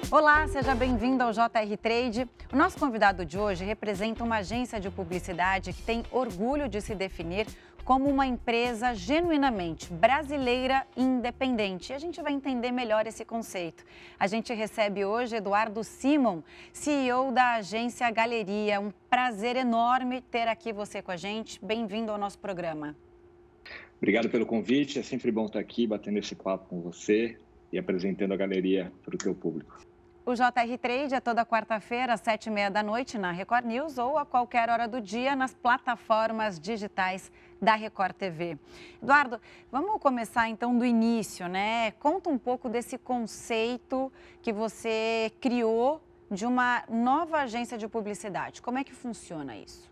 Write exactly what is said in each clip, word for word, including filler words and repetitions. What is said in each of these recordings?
Olá, seja bem-vindo ao J R Trade. O nosso convidado de hoje representa uma agência de publicidade que tem orgulho de se definir como uma empresa genuinamente brasileira e independente. E a gente vai entender melhor esse conceito. A gente recebe hoje Eduardo Simon, C E O da agência Galeria. Um prazer enorme ter aqui você com a gente. Bem-vindo ao nosso programa. Obrigado pelo convite. É sempre bom estar aqui batendo esse papo com você e apresentando a Galeria para o teu público. O J R Trade é toda quarta-feira, às sete e meia da noite, na Record News ou a qualquer hora do dia nas plataformas digitais da Record T V. Eduardo, vamos começar então do início, né? Conta um pouco desse conceito que você criou de uma nova agência de publicidade. Como é que funciona isso?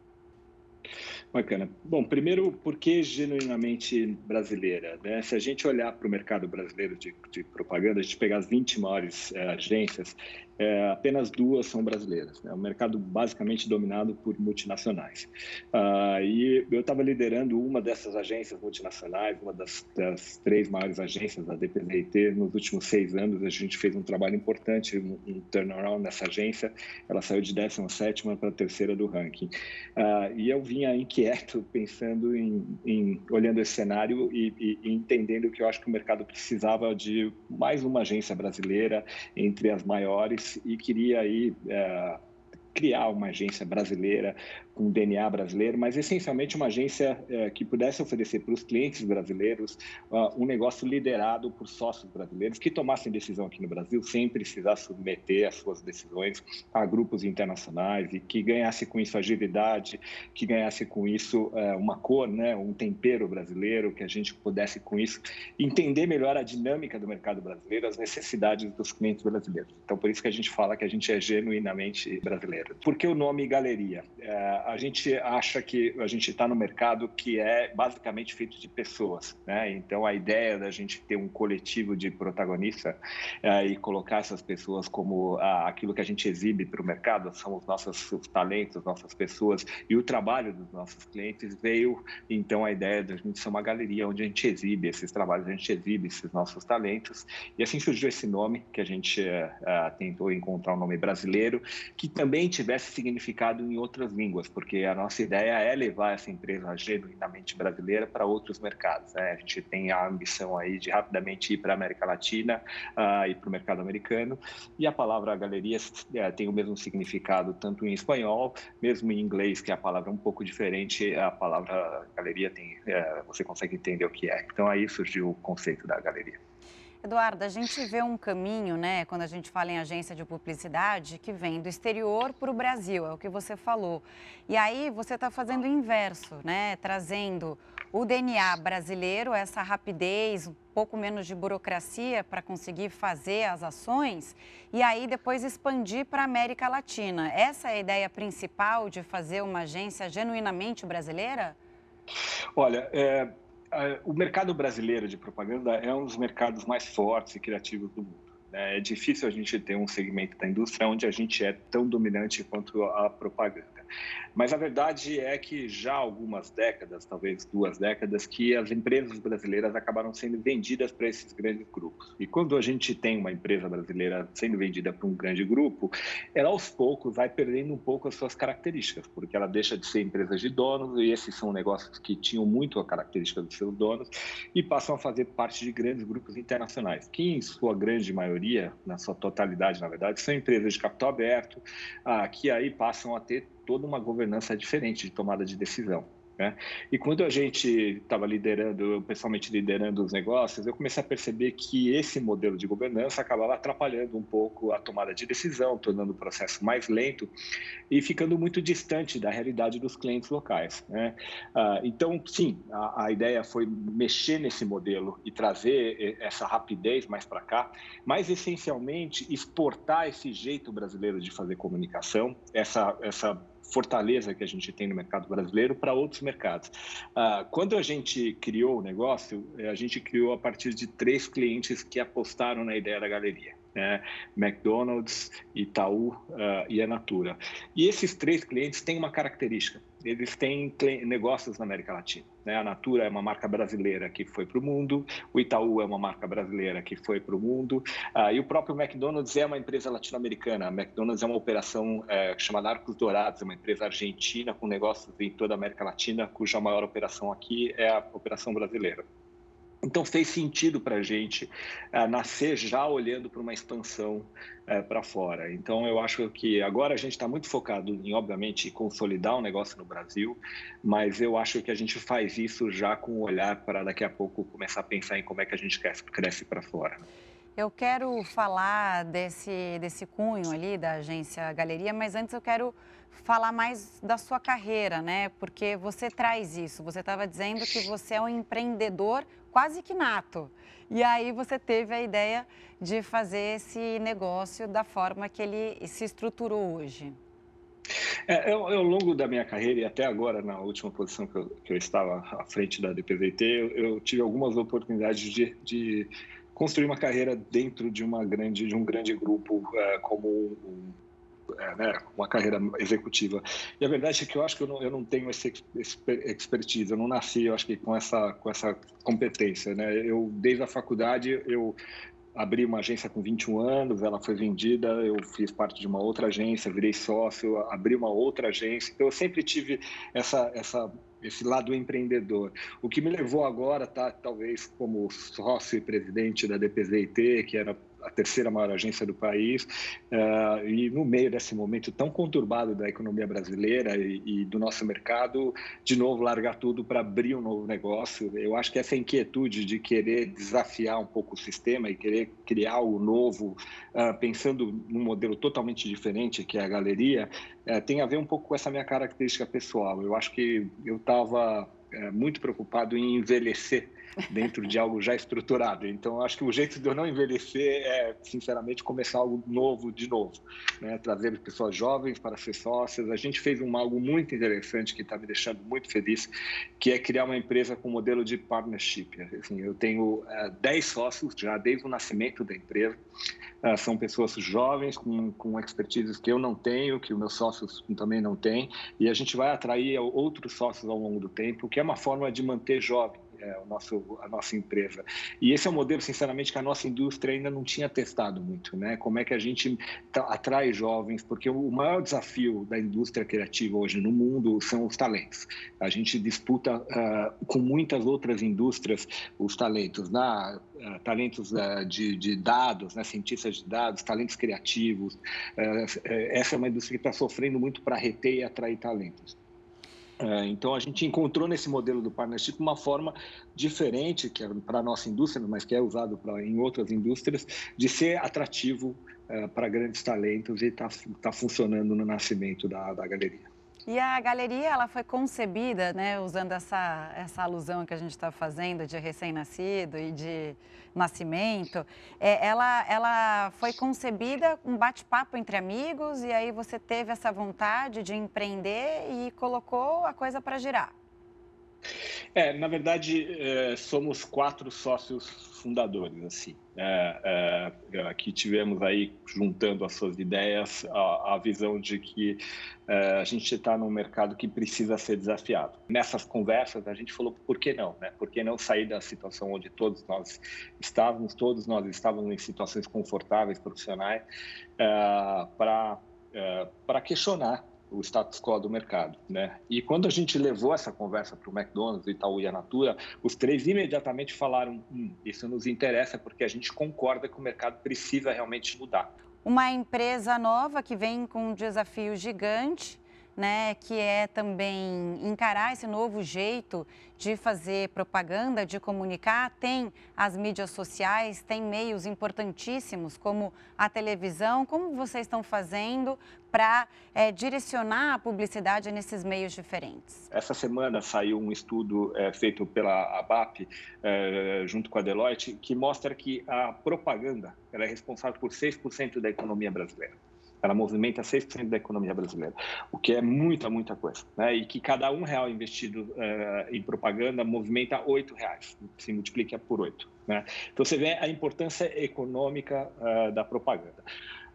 Bacana. Bom, primeiro, por que genuinamente brasileira? Né? Se a gente olhar para o mercado brasileiro de, de propaganda, a gente pegar as vinte maiores é, agências, é, apenas duas são brasileiras. Né? O mercado basicamente dominado por multinacionais. Ah, e eu estava liderando uma dessas agências multinacionais, uma das, das três maiores agências da D P Z I T. Nos últimos seis anos, a gente fez um trabalho importante, um, um turnaround nessa agência. Ela saiu de décima sétima para a terceira do ranking. Ah, e eu vinha inquieto, pensando em, em olhando esse cenário e, e, e entendendo que eu acho que o mercado precisava de mais uma agência brasileira entre as maiores e queria aí é, criar uma agência brasileira com D N A brasileiro, mas essencialmente uma agência é, que pudesse oferecer para os clientes brasileiros uh, um negócio liderado por sócios brasileiros que tomassem decisão aqui no Brasil sem precisar submeter as suas decisões a grupos internacionais e que ganhasse com isso agilidade, que ganhasse com isso uh, uma cor, né, um tempero brasileiro, que a gente pudesse com isso entender melhor a dinâmica do mercado brasileiro, as necessidades dos clientes brasileiros. Então, por isso que a gente fala que a gente é genuinamente brasileiro. Por que o nome Galeria? Uh, A gente acha que a gente está no mercado que é basicamente feito de pessoas, né? Então, a ideia da gente ter um coletivo de protagonistas é, e colocar essas pessoas como ah, aquilo que a gente exibe para o mercado, são os nossos os talentos, as nossas pessoas e o trabalho dos nossos clientes, veio, então, a ideia da gente ser uma galeria onde a gente exibe esses trabalhos, a gente exibe esses nossos talentos. E assim surgiu esse nome, que a gente ah, tentou encontrar um nome brasileiro, que também tivesse significado em outras línguas, porque a nossa ideia é levar essa empresa genuinamente brasileira para outros mercados. Né? A gente tem a ambição aí de rapidamente ir para a América Latina uh, e para o mercado americano, e a palavra galeria uh, tem o mesmo significado tanto em espanhol, mesmo em inglês, que é a palavra um pouco diferente, a palavra galeria tem, uh, você consegue entender o que é. Então aí surgiu o conceito da galeria. Eduardo, a gente vê um caminho, né, quando a gente fala em agência de publicidade, que vem do exterior para o Brasil, é o que você falou. E aí você está fazendo o inverso, né, trazendo o D N A brasileiro, essa rapidez, um pouco menos de burocracia para conseguir fazer as ações, e aí depois expandir para a América Latina. Essa é a ideia principal de fazer uma agência genuinamente brasileira? Olha, é... o mercado brasileiro de propaganda é um dos mercados mais fortes e criativos do mundo. É difícil a gente ter um segmento da indústria onde a gente é tão dominante quanto a propaganda. Mas a verdade é que já há algumas décadas, talvez duas décadas, que as empresas brasileiras acabaram sendo vendidas para esses grandes grupos. E quando a gente tem uma empresa brasileira sendo vendida para um grande grupo, ela aos poucos vai perdendo um pouco as suas características, porque ela deixa de ser empresa de donos, e esses são negócios que tinham muito a característica dos seus donos, e passam a fazer parte de grandes grupos internacionais, que em sua grande maioria, na sua totalidade, na verdade, são empresas de capital aberto, ah, que aí passam a ter toda uma governança diferente de tomada de decisão. Né? E quando a gente estava liderando, eu pessoalmente liderando os negócios, eu comecei a perceber que esse modelo de governança acabava atrapalhando um pouco a tomada de decisão, tornando o processo mais lento e ficando muito distante da realidade dos clientes locais. Né? Ah, então, sim, a, a ideia foi mexer nesse modelo e trazer essa rapidez mais para cá, mas essencialmente exportar esse jeito brasileiro de fazer comunicação, essa, essa fortaleza que a gente tem no mercado brasileiro para outros mercados. Ah, quando a gente criou o negócio, a gente criou a partir de três clientes que apostaram na ideia da galeria. Né? McDonald's, Itaú uh, e a Natura. E esses três clientes têm uma característica. eles têm negócios na América Latina, né? A Natura é uma marca brasileira que foi para o mundo, o Itaú é uma marca brasileira que foi para o mundo, ah, e o próprio McDonald's é uma empresa latino-americana. A McDonald's é uma operação é, chamada Arcos Dourados, é uma empresa argentina com negócios em toda a América Latina, cuja maior operação aqui é a operação brasileira. Então, fez sentido para a gente uh, nascer já olhando para uma expansão uh, para fora. Então, eu acho que agora a gente está muito focado em, obviamente, consolidar o negócio no Brasil, mas eu acho que a gente faz isso já com o olhar para daqui a pouco começar a pensar em como é que a gente cresce, cresce para fora. Eu quero falar desse, desse cunho ali da agência Galeria, mas antes eu quero falar mais da sua carreira, né? Porque você traz isso. Você estava dizendo que você é um empreendedor quase que nato. E aí você teve a ideia de fazer esse negócio da forma que ele se estruturou hoje. É, eu, ao longo da minha carreira e até agora, na última posição que eu, que eu estava à frente da D P V T, eu, eu tive algumas oportunidades de, de construir uma carreira dentro de, uma grande, de um grande grupo, é, como um, é, né, uma carreira executiva. E a verdade é que eu acho que eu não, eu não tenho esse expertise, eu não nasci, eu acho que com essa, com essa competência, né? Eu, desde a faculdade, eu abri uma agência com vinte e um anos, ela foi vendida, eu fiz parte de uma outra agência, virei sócio, abri uma outra agência. Então, eu sempre tive essa, essa, esse lado empreendedor. O que me levou agora, tá, talvez como sócio e presidente da D P Z I T, que era a terceira maior agência do país, uh, e no meio desse momento tão conturbado da economia brasileira e, e do nosso mercado, de novo largar tudo para abrir um novo negócio. Eu acho que essa inquietude de querer desafiar um pouco o sistema e querer criar algo novo, uh, pensando num modelo totalmente diferente, que é a galeria, uh, tem a ver um pouco com essa minha característica pessoal. Eu acho que eu estava uh, muito preocupado em envelhecer dentro de algo já estruturado. Então, acho que o jeito de eu não envelhecer é, sinceramente, começar algo novo de novo, né? Trazer pessoas jovens para ser sócias. A gente fez um algo muito interessante que está me deixando muito feliz, que é criar uma empresa com modelo de partnership. Assim, eu tenho uh, dez sócios já desde o nascimento da empresa. Uh, são pessoas jovens com, com expertises que eu não tenho, que os meus sócios também não têm, e a gente vai atrair outros sócios ao longo do tempo, que é uma forma de manter jovem É, o nosso, a nossa empresa. E esse é um modelo, sinceramente, que a nossa indústria ainda não tinha testado muito, né? Como é que a gente atrai jovens, porque o maior desafio da indústria criativa hoje no mundo são os talentos. A gente disputa uh, com muitas outras indústrias os talentos, né? Uh, talentos uh, de, de dados, né? Cientistas de dados, talentos criativos. Uh, essa é uma indústria que está sofrendo muito para reter e atrair talentos. Então, a gente encontrou nesse modelo do partnership uma forma diferente, que é para a nossa indústria, mas que é usado pra, em outras indústrias, de ser atrativo uh, para grandes talentos e está tá funcionando no nascimento da, da galeria. E a galeria, ela foi concebida, né, usando essa, essa alusão que a gente está fazendo de recém-nascido e de nascimento, é, ela, ela foi concebida um bate-papo entre amigos e aí você teve essa vontade de empreender e colocou a coisa para girar. É, na verdade, é, somos quatro sócios fundadores, assim. É, é, aqui tivemos aí, juntando as suas ideias, a, a visão de que é, a gente está num mercado que precisa ser desafiado. Nessas conversas, a gente falou, por que não, né? Por que não sair da situação onde todos nós estávamos, todos nós estávamos em situações confortáveis, profissionais, é, para é, para questionar o status quo do mercado, né? E quando a gente levou essa conversa para o McDonald's, o Itaú e a Natura, os três imediatamente falaram, hum, isso nos interessa porque a gente concorda que o mercado precisa realmente mudar. Uma empresa nova que vem com um desafio gigante, né, que é também encarar esse novo jeito de fazer propaganda, de comunicar. Tem as mídias sociais, tem meios importantíssimos como a televisão. Como vocês estão fazendo para é, direcionar a publicidade nesses meios diferentes? Essa semana saiu um estudo é, feito pela A B A P, é, junto com a Deloitte, que mostra que a propaganda ela é responsável por seis por cento da economia brasileira. Ela movimenta seis por cento da economia brasileira, o que é muita, muita coisa, né? E que cada um real investido uh, em propaganda movimenta oito reais, se multiplica por oito, né? Então, você vê a importância econômica uh, da propaganda.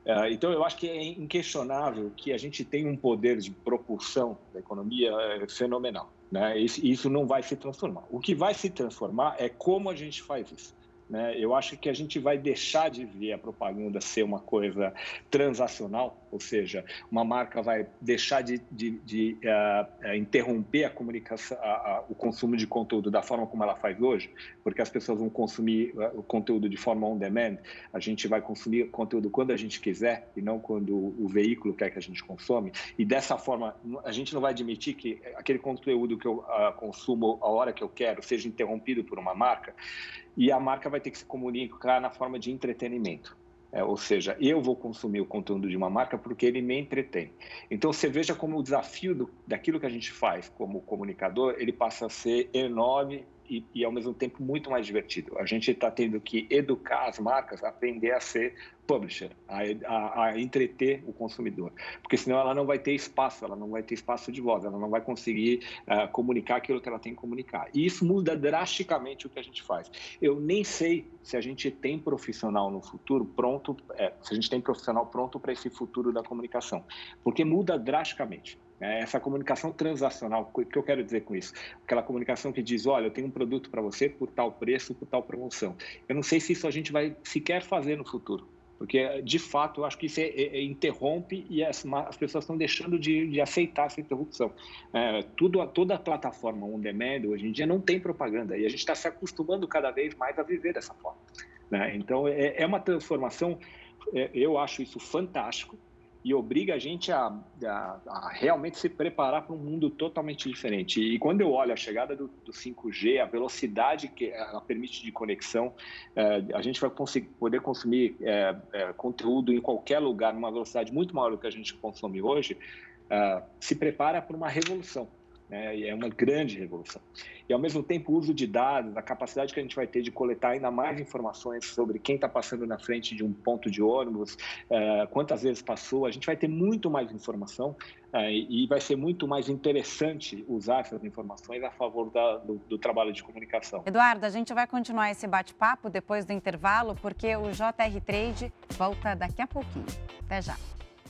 Então, eu acho que é inquestionável que a gente tem um poder de propulsão da economia fenomenal, né? Isso não vai se transformar. O que vai se transformar é como a gente faz isso. Eu acho que a gente vai deixar de ver a propaganda ser uma coisa transacional, ou seja, uma marca vai deixar de, de, de uh, interromper a comunicação, a, a, o consumo de conteúdo da forma como ela faz hoje, porque as pessoas vão consumir o conteúdo de forma on demand, a gente vai consumir conteúdo quando a gente quiser e não quando o veículo quer que a gente consome, e dessa forma a gente não vai admitir que aquele conteúdo que eu uh, consumo a hora que eu quero seja interrompido por uma marca, e a marca vai ter que se comunicar na forma de entretenimento. É, ou seja, eu vou consumir o conteúdo de uma marca porque ele me entretém. Então, você veja como o desafio do, daquilo que a gente faz como comunicador, ele passa a ser enorme e, e ao mesmo tempo, muito mais divertido. A gente está tendo que educar as marcas a aprender a ser publisher, a, a, a entreter o consumidor, porque senão ela não vai ter espaço, ela não vai ter espaço de voz, ela não vai conseguir uh, comunicar aquilo que ela tem que comunicar. E isso muda drasticamente o que a gente faz. Eu nem sei se a gente tem profissional no futuro pronto, é, se a gente tem profissional pronto para esse futuro da comunicação, porque muda drasticamente. Essa comunicação transacional, o que eu quero dizer com isso? Aquela comunicação que diz, olha, eu tenho um produto para você por tal preço, por tal promoção. Eu não sei se isso a gente vai sequer fazer no futuro, porque, de fato, eu acho que isso é, é, é, interrompe e as, as pessoas estão deixando de, de aceitar essa interrupção. É, tudo, toda a plataforma on demand, hoje em dia, não tem propaganda e a gente está se acostumando cada vez mais a viver dessa forma, né? Então, é, é uma transformação, é, eu acho isso fantástico, e obriga a gente a, a, a realmente se preparar para um mundo totalmente diferente. E quando eu olho a chegada do, do cinco G, a velocidade que ela permite de conexão, é, a gente vai conseguir, poder consumir é, é, conteúdo em qualquer lugar, numa velocidade muito maior do que a gente consome hoje, é, se prepara para uma revolução. É, é uma grande revolução. E, ao mesmo tempo, o uso de dados, a capacidade que a gente vai ter de coletar ainda mais informações sobre quem está passando na frente de um ponto de ônibus, é, quantas vezes passou, a gente vai ter muito mais informação é, e vai ser muito mais interessante usar essas informações a favor da, do, do trabalho de comunicação. Eduardo, a gente vai continuar esse bate-papo depois do intervalo, porque o J R Trade volta daqui a pouquinho. Até já.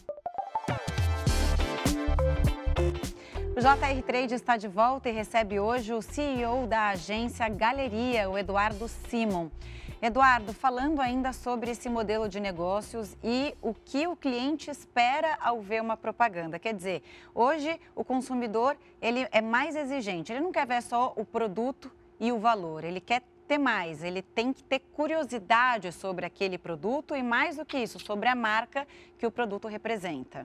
O J R Trade está de volta e recebe hoje o C E O da agência Galeria, o Eduardo Simon. Eduardo, falando ainda sobre esse modelo de negócios e o que o cliente espera ao ver uma propaganda. Quer dizer, hoje o consumidor ele é mais exigente, ele não quer ver só o produto e o valor, ele quer ter mais, ele tem que ter curiosidade sobre aquele produto e, mais do que isso, sobre a marca que o produto representa.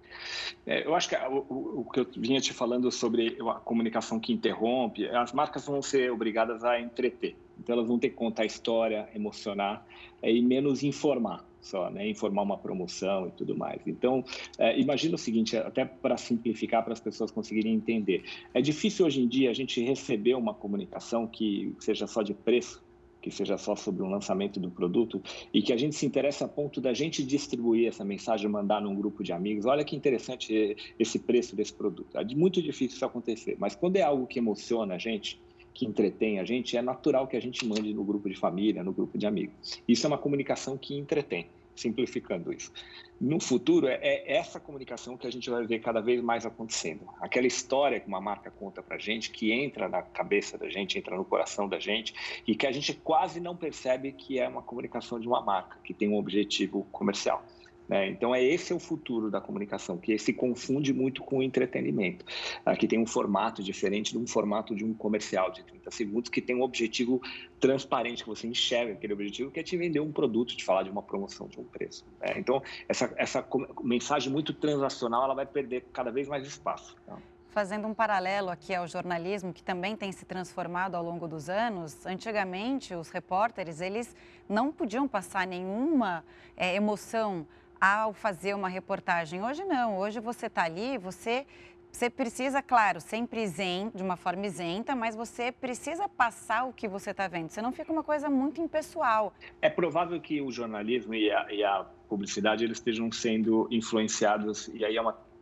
É, eu acho que o, o, o que eu vinha te falando sobre a comunicação que interrompe, as marcas vão ser obrigadas a entreter. Então, elas vão ter que contar história, emocionar é, e menos informar só, né? Informar uma promoção e tudo mais. Então, é, imagina o seguinte, até para simplificar, para as pessoas conseguirem entender. É difícil hoje em dia a gente receber uma comunicação que seja só de preço, que seja só sobre o lançamento do produto e que a gente se interessa a ponto da gente distribuir essa mensagem, mandar num grupo de amigos. Olha que interessante esse preço desse produto. É muito difícil isso acontecer, mas quando é algo que emociona a gente, que entretém a gente, é natural que a gente mande no grupo de família, no grupo de amigos. Isso é uma comunicação que entretém, simplificando isso. No futuro, é essa comunicação que a gente vai ver cada vez mais acontecendo. Aquela história que uma marca conta para a gente, que entra na cabeça da gente, entra no coração da gente, e que a gente quase não percebe que é uma comunicação de uma marca, que tem um objetivo comercial. Né? Então, é esse é o futuro da comunicação, que se confunde muito com o entretenimento, que tem um formato diferente de um formato de um comercial de trinta segundos, que tem um objetivo transparente, que você enxerga aquele objetivo, que é te vender um produto, te falar de uma promoção, de um preço. Né? Então, essa, essa mensagem muito transacional, ela vai perder cada vez mais espaço. Tá? Fazendo um paralelo aqui ao jornalismo, que também tem se transformado ao longo dos anos, antigamente os repórteres, eles não podiam passar nenhuma é, emoção ao fazer uma reportagem. Hoje não, hoje você está ali, você, você precisa, claro, sempre isento, de uma forma isenta, mas você precisa passar o que você está vendo, senão fica uma coisa muito impessoal. É provável que o jornalismo e a, e a publicidade eles estejam sendo influenciados, e aí é uma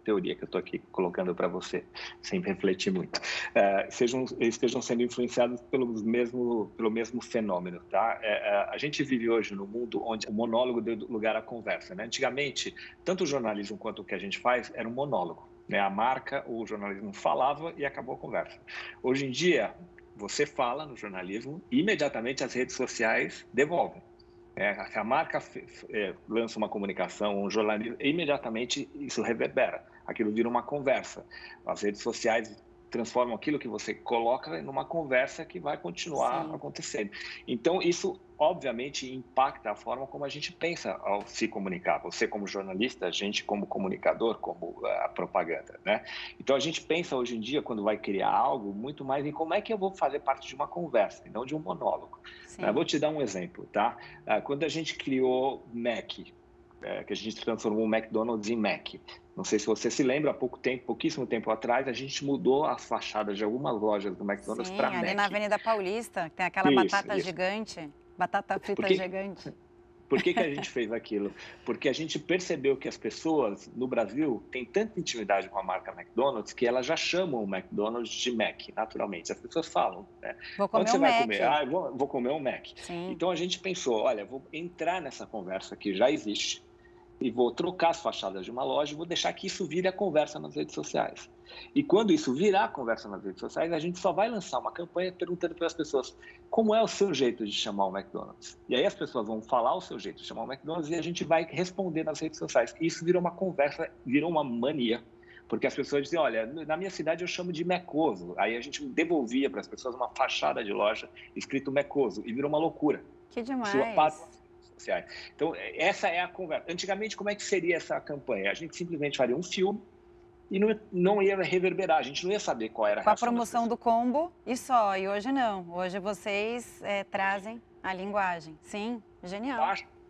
teoria que eu estou aqui colocando para você, sem refletir muito, é, sejam, estejam sendo influenciados pelos mesmo, pelo mesmo fenômeno, tá? É, é, a gente vive hoje num mundo onde o monólogo deu lugar à conversa, né? Antigamente, tanto o jornalismo quanto o que a gente faz era um monólogo, né? A marca, o jornalismo falava e acabou a conversa. Hoje em dia, você fala no jornalismo e imediatamente as redes sociais devolvem. É, se a marca é, lança uma comunicação, um jornalismo, imediatamente isso reverbera. Aquilo vira uma conversa. As redes sociais transformam aquilo que você coloca numa conversa que vai continuar Sim. acontecendo. Então, isso, obviamente, impacta a forma como a gente pensa ao se comunicar. Você como jornalista, a gente como comunicador, como a propaganda, né? Então, a gente pensa hoje em dia, quando vai criar algo, muito mais em como é que eu vou fazer parte de uma conversa, e não de um monólogo. Eu vou te dar um exemplo, tá? Quando a gente criou Mac, que a gente transformou o McDonald's em Mac, não sei se você se lembra, há pouco tempo, pouquíssimo tempo atrás, a gente mudou as fachadas de algumas lojas do McDonald's para Mac. Sim, ali na Avenida Paulista, tem aquela isso, batata isso. gigante, batata frita Porque, gigante. por que que a gente fez aquilo? Porque a gente percebeu que as pessoas no Brasil têm tanta intimidade com a marca McDonald's que elas já chamam o McDonald's de Mac, naturalmente. As pessoas falam, né? Vou comer Onde você um vai Mac. comer? Ah, eu vou, vou comer um Mac. Sim. Então a gente pensou, olha, vou entrar nessa conversa que já existe e vou trocar as fachadas de uma loja e vou deixar que isso vire a conversa nas redes sociais. E quando isso virar a conversa nas redes sociais, a gente só vai lançar uma campanha perguntando para as pessoas como é o seu jeito de chamar o McDonald's. E aí as pessoas vão falar o seu jeito de chamar o McDonald's e a gente vai responder nas redes sociais. E isso virou uma conversa, virou uma mania. Porque as pessoas diziam, olha, na minha cidade eu chamo de Mecoso. Aí a gente devolvia para as pessoas uma fachada de loja escrito Mecoso. E virou uma loucura. Que demais. Sociais. Então, essa é a conversa. Antigamente, como é que seria essa campanha? A gente simplesmente faria um filme e não, não ia reverberar, a gente não ia saber qual era a Com a reação promoção do combo e só, e hoje não. Hoje vocês é, trazem a linguagem. Sim, genial.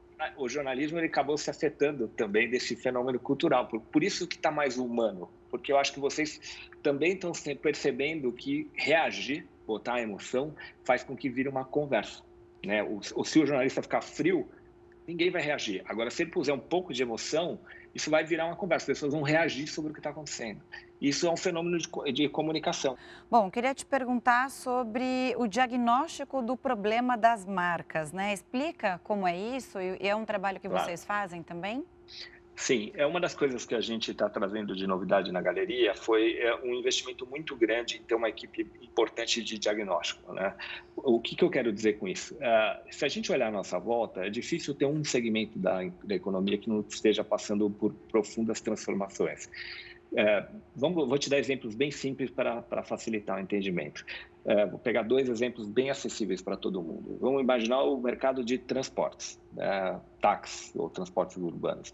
O jornalismo ele acabou se afetando também desse fenômeno cultural, por, por isso que está mais humano, porque eu acho que vocês também estão percebendo que reagir, botar a emoção, faz com que vire uma conversa. Né? O, o, se o jornalista ficar frio, ninguém vai reagir. Agora, se ele puser um pouco de emoção, isso vai virar uma conversa. As pessoas vão reagir sobre o que está acontecendo. Isso é um fenômeno de, de comunicação. Bom, queria te perguntar sobre o diagnóstico do problema das marcas, né? Explica como é isso e é um trabalho que Claro. vocês fazem também? Sim, é uma das coisas que a gente está trazendo de novidade na galeria foi é, um investimento muito grande em ter uma equipe importante de diagnóstico, né? O que, que eu quero dizer com isso? Uh, se a gente olhar à nossa volta, é difícil ter um segmento da, da economia que não esteja passando por profundas transformações. É, vamos, vou te dar exemplos bem simples para, para facilitar o entendimento. É, vou pegar dois exemplos bem acessíveis para todo mundo. Vamos imaginar o mercado de transportes, é, táxis ou transportes urbanos.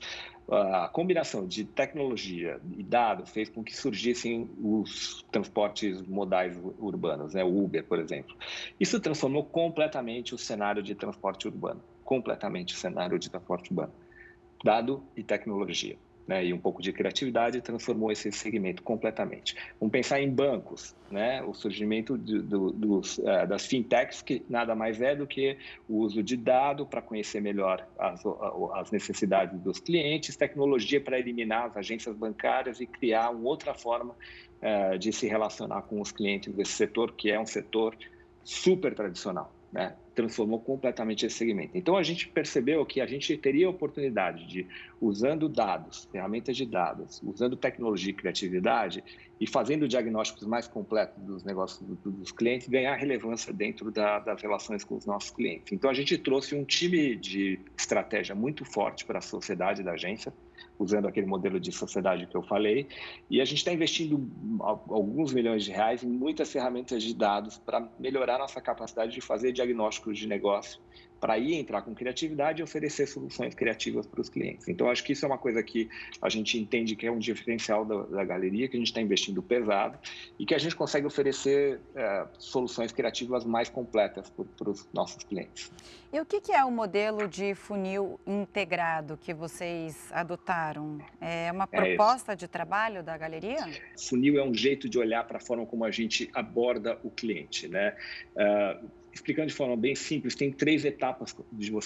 A combinação de tecnologia e dados fez com que surgissem os transportes modais urbanos, né? O Uber, por exemplo. Isso transformou completamente o cenário de transporte urbano, completamente o cenário de transporte urbano. Dado e tecnologia. Né, e um pouco de criatividade transformou esse segmento completamente. Vamos pensar em bancos, né, o surgimento de, do, dos, uh, das fintechs, que nada mais é do que o uso de dado para conhecer melhor as, as necessidades dos clientes, tecnologia para eliminar as agências bancárias e criar uma outra forma uh, de se relacionar com os clientes desse setor, que é um setor super tradicional. Né, transformou completamente esse segmento. Então, a gente percebeu que a gente teria a oportunidade de, usando dados, ferramentas de dados, usando tecnologia e criatividade e fazendo diagnósticos mais completos dos negócios do, dos clientes, ganhar relevância dentro da, das relações com os nossos clientes. Então, a gente trouxe um time de estratégia muito forte para a sociedade da agência, usando aquele modelo de sociedade que eu falei, e a gente está investindo alguns milhões de reais em muitas ferramentas de dados para melhorar nossa capacidade de fazer diagnósticos de negócio, para ir entrar com criatividade e oferecer soluções criativas para os clientes. Então, acho que isso é uma coisa que a gente entende que é um diferencial da, da galeria, que a gente está investindo pesado e que a gente consegue oferecer é, soluções criativas mais completas para os nossos clientes. E o que, que é o modelo de funil integrado que vocês adotaram? É uma proposta é de trabalho da galeria? Funil é um jeito de olhar para a forma como a gente aborda o cliente, né? Uh, explicando de forma bem simples, tem três etapas de você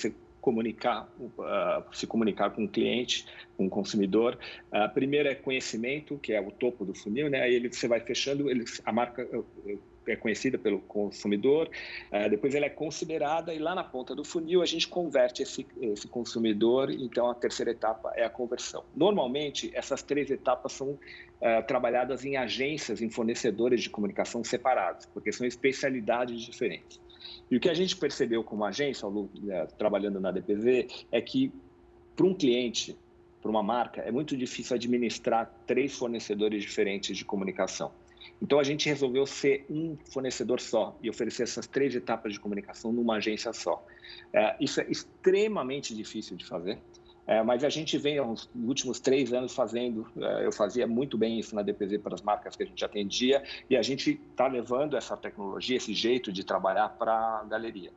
comunicar, uh, se comunicar com o cliente, com o consumidor. A uh, primeira é conhecimento, que é o topo do funil, né? Aí ele, você vai fechando, ele, a marca uh, é conhecida pelo consumidor, uh, depois ela é considerada e lá na ponta do funil a gente converte esse, esse consumidor, então a terceira etapa é a conversão. Normalmente, essas três etapas são uh, trabalhadas em agências, em fornecedores de comunicação separados, porque são especialidades diferentes. E o que a gente percebeu como agência, Lu, uh, trabalhando na D P Z, é que para um cliente, para uma marca, é muito difícil administrar três fornecedores diferentes de comunicação. Então, a gente resolveu ser um fornecedor só e oferecer essas três etapas de comunicação numa agência só. É, isso é extremamente difícil de fazer, é, mas a gente vem, nos últimos três anos, fazendo, é, eu fazia muito bem isso na D P Z para as marcas que a gente atendia, e a gente está levando essa tecnologia, esse jeito de trabalhar para a galeria.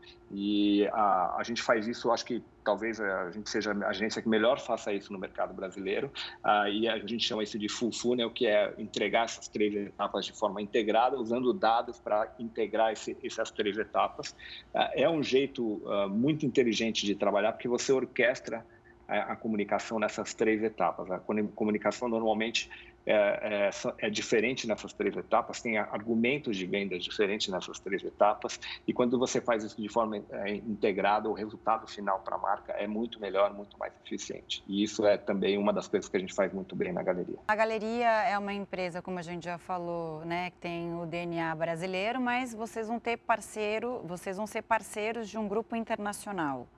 E a, a gente faz isso, acho que talvez a gente seja a agência que melhor faça isso no mercado brasileiro, uh, e a gente chama isso de full funnel, que é entregar essas três etapas de forma integrada, usando dados para integrar esse, essas três etapas. Uh, é um jeito uh, muito inteligente de trabalhar, porque você orquestra a, a comunicação nessas três etapas. A comunicação normalmente é, é, é diferente nessas três etapas, tem argumentos de vendas diferentes nessas três etapas, e quando você faz isso de forma é, integrada, o resultado final para a marca é muito melhor, muito mais eficiente. E isso é também uma das coisas que a gente faz muito bem na Galeria. A Galeria é uma empresa, como a gente já falou, né, que tem o D N A brasileiro, mas vocês vão ter parceiro, vocês vão ser parceiros de um grupo internacional.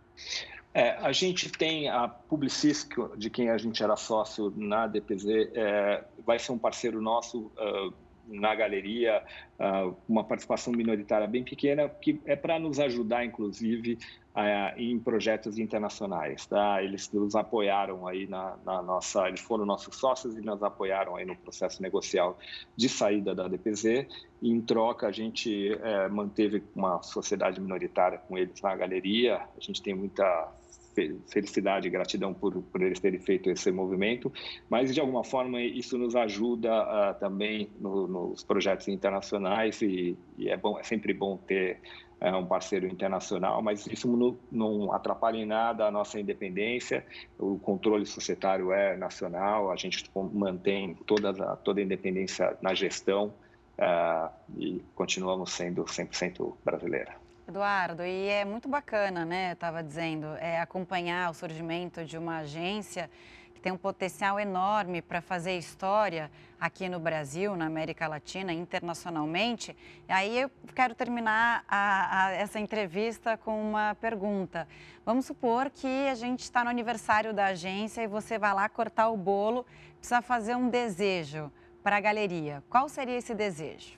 É, a gente tem a Publicis, de quem a gente era sócio na D P Z, é, vai ser um parceiro nosso uh, na Galeria, uh, uma participação minoritária bem pequena, que é para nos ajudar, inclusive, uh, em projetos internacionais. Tá? Eles nos apoiaram aí na, na nossa, eles foram nossos sócios e nos apoiaram aí no processo negocial de saída da D P Z. E, em troca, a gente é, manteve uma sociedade minoritária com eles na Galeria. A gente tem muita felicidade e gratidão por, por eles terem feito esse movimento, mas de alguma forma isso nos ajuda uh, também no, nos projetos internacionais e, e é, bom, é sempre bom ter uh, um parceiro internacional, mas isso não, não atrapalha em nada a nossa independência, o controle societário é nacional, a gente mantém toda a, toda a independência na gestão uh, e continuamos sendo cem por cento brasileira. Eduardo, e é muito bacana, né, eu estava dizendo, é, acompanhar o surgimento de uma agência que tem um potencial enorme para fazer história aqui no Brasil, na América Latina, internacionalmente. E aí eu quero terminar a, a, essa entrevista com uma pergunta. Vamos supor que a gente está no aniversário da agência e você vai lá cortar o bolo, precisa fazer um desejo para a galeria. Qual seria esse desejo?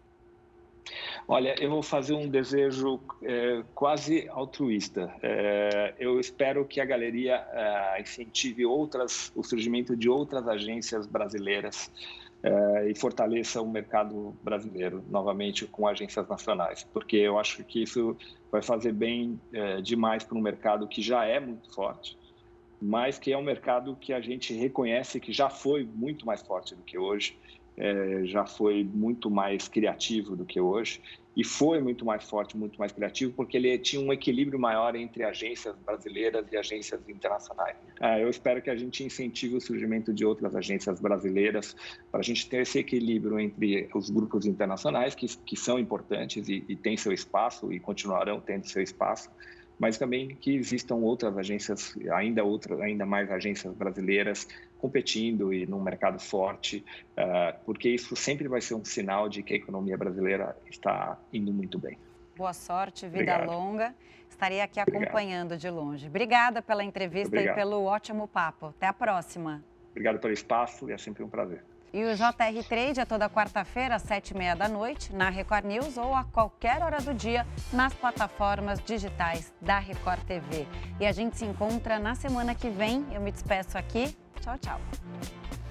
Olha, eu vou fazer um desejo é, quase altruísta. É, eu espero que a Galeria é, incentive outras, o surgimento de outras agências brasileiras é, e fortaleça o mercado brasileiro, novamente, com agências nacionais, porque eu acho que isso vai fazer bem é, demais para um mercado que já é muito forte, mas que é um mercado que a gente reconhece que já foi muito mais forte do que hoje. É, já foi muito mais criativo do que hoje e foi muito mais forte, muito mais criativo, porque ele tinha um equilíbrio maior entre agências brasileiras e agências internacionais. É, eu espero que a gente incentive o surgimento de outras agências brasileiras para a gente ter esse equilíbrio entre os grupos internacionais, que, que são importantes e, e têm seu espaço e continuarão tendo seu espaço, mas também que existam outras agências, ainda outras, ainda mais agências brasileiras competindo e num mercado forte, uh, porque isso sempre vai ser um sinal de que a economia brasileira está indo muito bem. Boa sorte, vida Obrigado. Longa. Estarei aqui Obrigado. Acompanhando de longe. Obrigada pela entrevista Obrigado. E pelo ótimo papo. Até a próxima. Obrigado pelo espaço e é sempre um prazer. E o J R Trade é toda quarta-feira, às sete e meia da noite, na Record News ou a qualquer hora do dia nas plataformas digitais da Record T V. E a gente se encontra na semana que vem. Eu me despeço aqui. Tchau, tchau.